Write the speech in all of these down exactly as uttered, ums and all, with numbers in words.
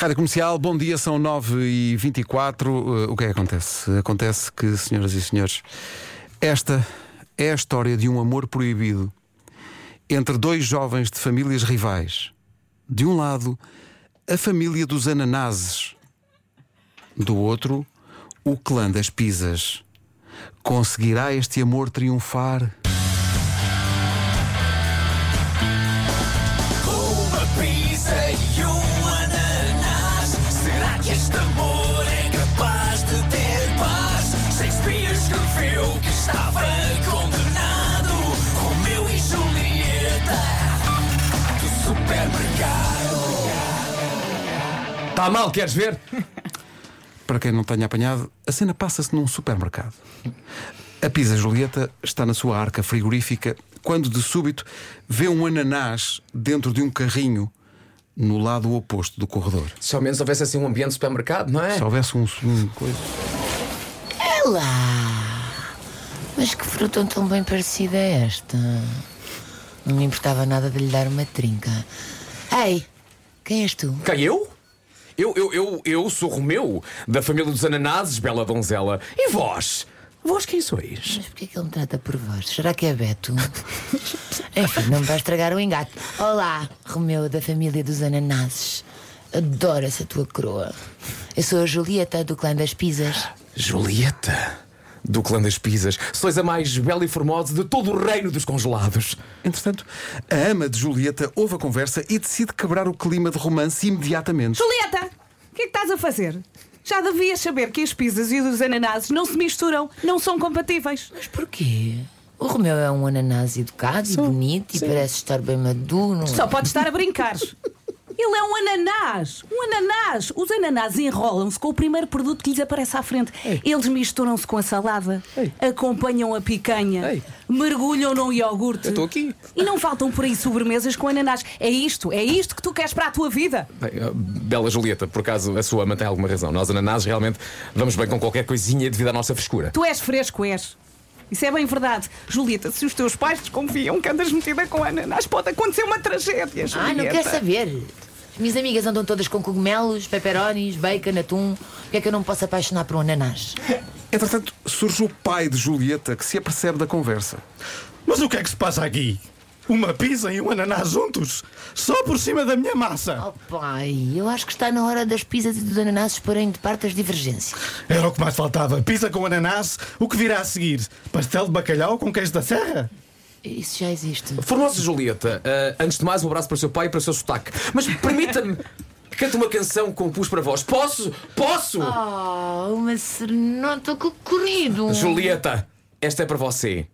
Rádio Comercial, bom dia, são nove e vinte e quatro. Uh, o que é que acontece? Acontece que, senhoras e senhores, esta é a história de um amor proibido entre dois jovens de famílias rivais. De um lado, a família dos Ananases. Do outro, o clã das Pisas. Conseguirá este amor triunfar? Uma pizza e um ananás. Será que este amor é capaz de ter paz? Shakespeare escreveu que estava condenado. Romeu e Julieta do supermercado. Está mal, queres ver? Para quem não tenha apanhado, a cena passa-se num supermercado. A Pisa Julieta está na sua arca frigorífica quando de súbito vê um ananás dentro de um carrinho no lado oposto do corredor. Se ao menos houvesse assim um ambiente de supermercado, não é? Se houvesse um, um coisa. É lá! Mas que fruta tão bem parecida é esta? Não me importava nada de lhe dar uma trinca. Ei, quem és tu? Quem, eu? Eu, eu, eu, eu sou Romeu, da família dos Ananases, bela donzela. E vós? Vós quem sois? Mas porquê que ele me trata por vós? Será que é Beto? Enfim, não me vai estragar o engate. Olá, Romeu, da família dos Ananases. Adoro essa tua coroa. Eu sou a Julieta, do clã das Pisas. Julieta, do clã das Pisas. Sois a mais bela e formosa de todo o reino dos congelados. Entretanto, a ama de Julieta ouve a conversa e decide quebrar o clima de romance imediatamente. Julieta, o que é que estás a fazer? Já devias saber que as pizzas e os ananases não se misturam, não são compatíveis. Mas porquê? O Romeu é um ananás educado e bonito e parece estar bem maduro. Só pode estar a brincar. Ele é um ananás, um ananás. Os ananases enrolam-se com o primeiro produto que lhes aparece à frente. Ei. Eles misturam-se com a salada, Ei. acompanham a picanha, Ei. mergulham no iogurte. Eu estou aqui. E não faltam por aí sobremesas com ananás. É isto, é isto que tu queres para a tua vida. Bem, uh, bela Julieta, por acaso a sua ama tem alguma razão. Nós, Ananases, realmente vamos bem com qualquer coisinha devido à nossa frescura. Tu és fresco, és. Isso é bem verdade. Julieta, se os teus pais desconfiam que andas metida com ananás, pode acontecer uma tragédia, Julieta. Ah, não quer saber. As minhas amigas andam todas com cogumelos, pepperonis, bacon, atum. Porquê é que eu não me posso apaixonar por um ananás? Entretanto, surge o pai de Julieta que se apercebe da conversa. Mas o que é que se passa aqui? Uma pizza e um ananás juntos? Só por cima da minha massa? Oh pai, eu acho que está na hora das pizzas e dos ananases porem de parte as divergências. Era o que mais faltava. Pizza com ananás. O que virá a seguir? Pastel de bacalhau com queijo da serra? Isso já existe. Formosa Julieta, uh, antes de mais um abraço para o seu pai e para o seu sotaque. Mas permita-me que cante uma canção que compus para vós. Posso? Posso? Oh, uma serenata que corrido. Julieta, esta é para você.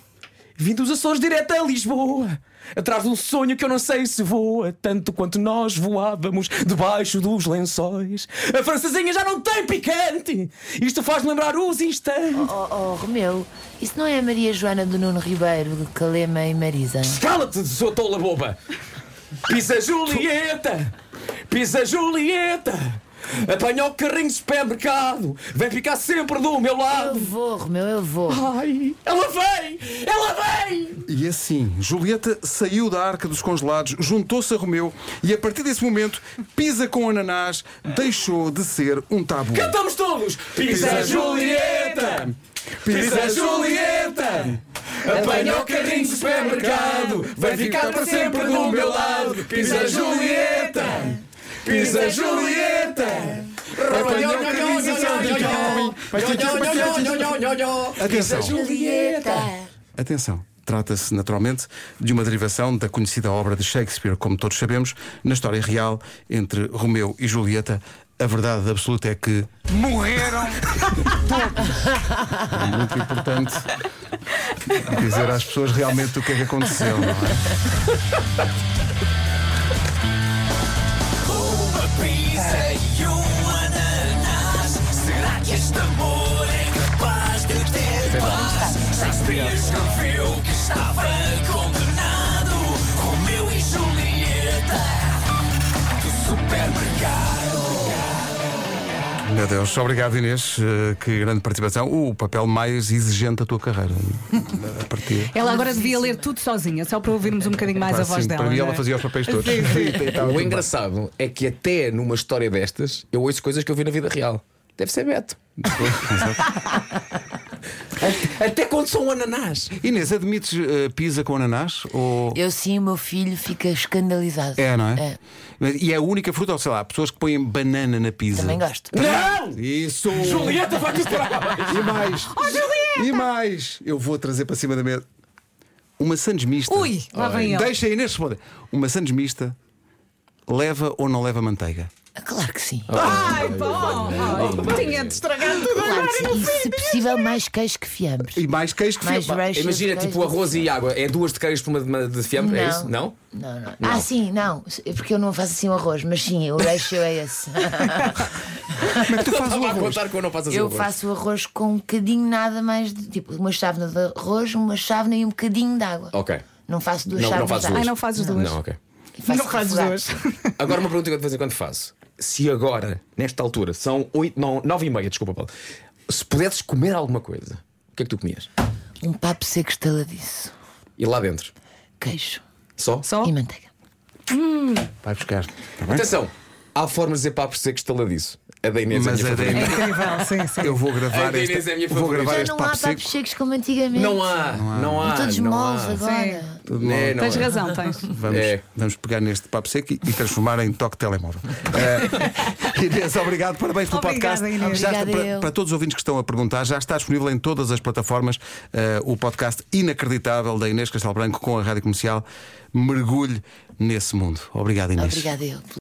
Vim dos Açores direto a Lisboa, atrás de um sonho que eu não sei se voa tanto quanto nós voávamos debaixo dos lençóis. A francesinha já não tem picante. Isto faz-me lembrar os instantes. Oh, oh, Romeu, isso não é a Maria Joana do Nuno Ribeiro, de Calema e Marisa? Cala-te, sua tola boba. Pisa Julieta, pisa Julieta. Apanha o carrinho de supermercado, vem ficar sempre do meu Eu lado. vou, Romeu, eu vou. Ai, ela vem, ela vem. E assim, Julieta saiu da arca dos congelados, juntou-se a Romeu e a partir desse momento, Pisa com ananás deixou de ser um tabu. Cantamos todos. Pisa Julieta, pisa Julieta. Apanha o carrinho de supermercado, vai ficar para sempre do meu lado. Pisa Julieta, pisa Julieta. Apanha o carrinho de supermercado. Atenção, Julieta. atenção. Trata-se naturalmente de uma derivação da conhecida obra de Shakespeare, como todos sabemos, na história real entre Romeu e Julieta. A verdade absoluta é que morreram todos. É muito importante dizer às pessoas realmente o que é que aconteceu, não é? Uma pizza e um ananás. Será que este amor é capaz de ter paz? Shakespeare escreveu que estava condenado. Romeu e Julieta do supermercado. Meu Deus, obrigado Inês, uh, que grande participação. O papel mais exigente da tua carreira. A partir. Ela agora devia ler tudo sozinha, só para ouvirmos um bocadinho mais Pá, a voz sim, dela. para mim não ela é? fazia os papéis todos. Sim, sim. O engraçado é que até numa história destas eu ouço coisas que eu vi na vida real. Deve ser Beto. Até quando são um ananás. Inês, admites uh, pizza com ananás? Ou... Eu sim, o meu filho fica escandalizado. É, não é? É. E é a única fruta, ou sei lá, pessoas que põem banana na pizza. Também gosto. Não! Isso! Julieta vai te parar. E mais! E mais! Eu vou trazer para cima da mesa uma sandes mista. Ui, lá vem ele. Deixa a Inês responder. Uma sandes mista leva ou não leva manteiga? Ah, claro que sim. Ai, bom! Ai, tinha de estragar tudo Claro agora. que sim. E se possível, mais queijo que fiambres. E mais queijo que Mais fiambre. recheio de Imagina, queijo tipo que arroz e água. É duas de queijo por uma de- uma de fiambre? É isso? Não? Não, não. Ah, sim, não. É porque eu não faço assim o arroz, mas sim, o ratio é esse. Como é que tu fazes o Estava a arroz? contar que eu não faço assim Eu arroz. faço o arroz com um bocadinho nada mais de tipo uma chávena de arroz, uma chávena e um bocadinho de água. Ok. Não faço duas Não, não chávenas fazes de duas. Ai, água. não fazes duas. Não, ok. Faço Não fazes refogado. duas. Agora uma pergunta que eu de vez em quando faço. Se agora, nesta altura, são oito, não, nove e meia, desculpa, Paulo. Se pudesses comer alguma coisa, o que é que tu comias? Um papo seco estaladiço. E lá dentro? Queijo Só? Só? e manteiga. Vai buscar. Tá bem? Atenção, há formas de dizer papos secos estaladiço. A da Inês Mas é a a minha da favorita. Inês- Incrível, sim, sim. Eu vou A gravar da este, Inês é a minha vou favorita. gravar Já este não há papo papos seco. secos como antigamente. Não há, não há. Todos não moles há. agora. Tudo É, bom. não Tens há. razão, tens. Vamos, É. vamos pegar neste papo seco e, e transformar em toque telemóvel. Eh, Inês, obrigado, parabéns pelo Obrigada, podcast. Inês. Já está- Obrigada para, eu. para todos os ouvintes que estão a perguntar, já está disponível em todas as plataformas eh, o podcast inacreditável da Inês Castelo Branco com a Rádio Comercial. Mergulhe nesse mundo. Obrigado, Inês. Obrigada eu.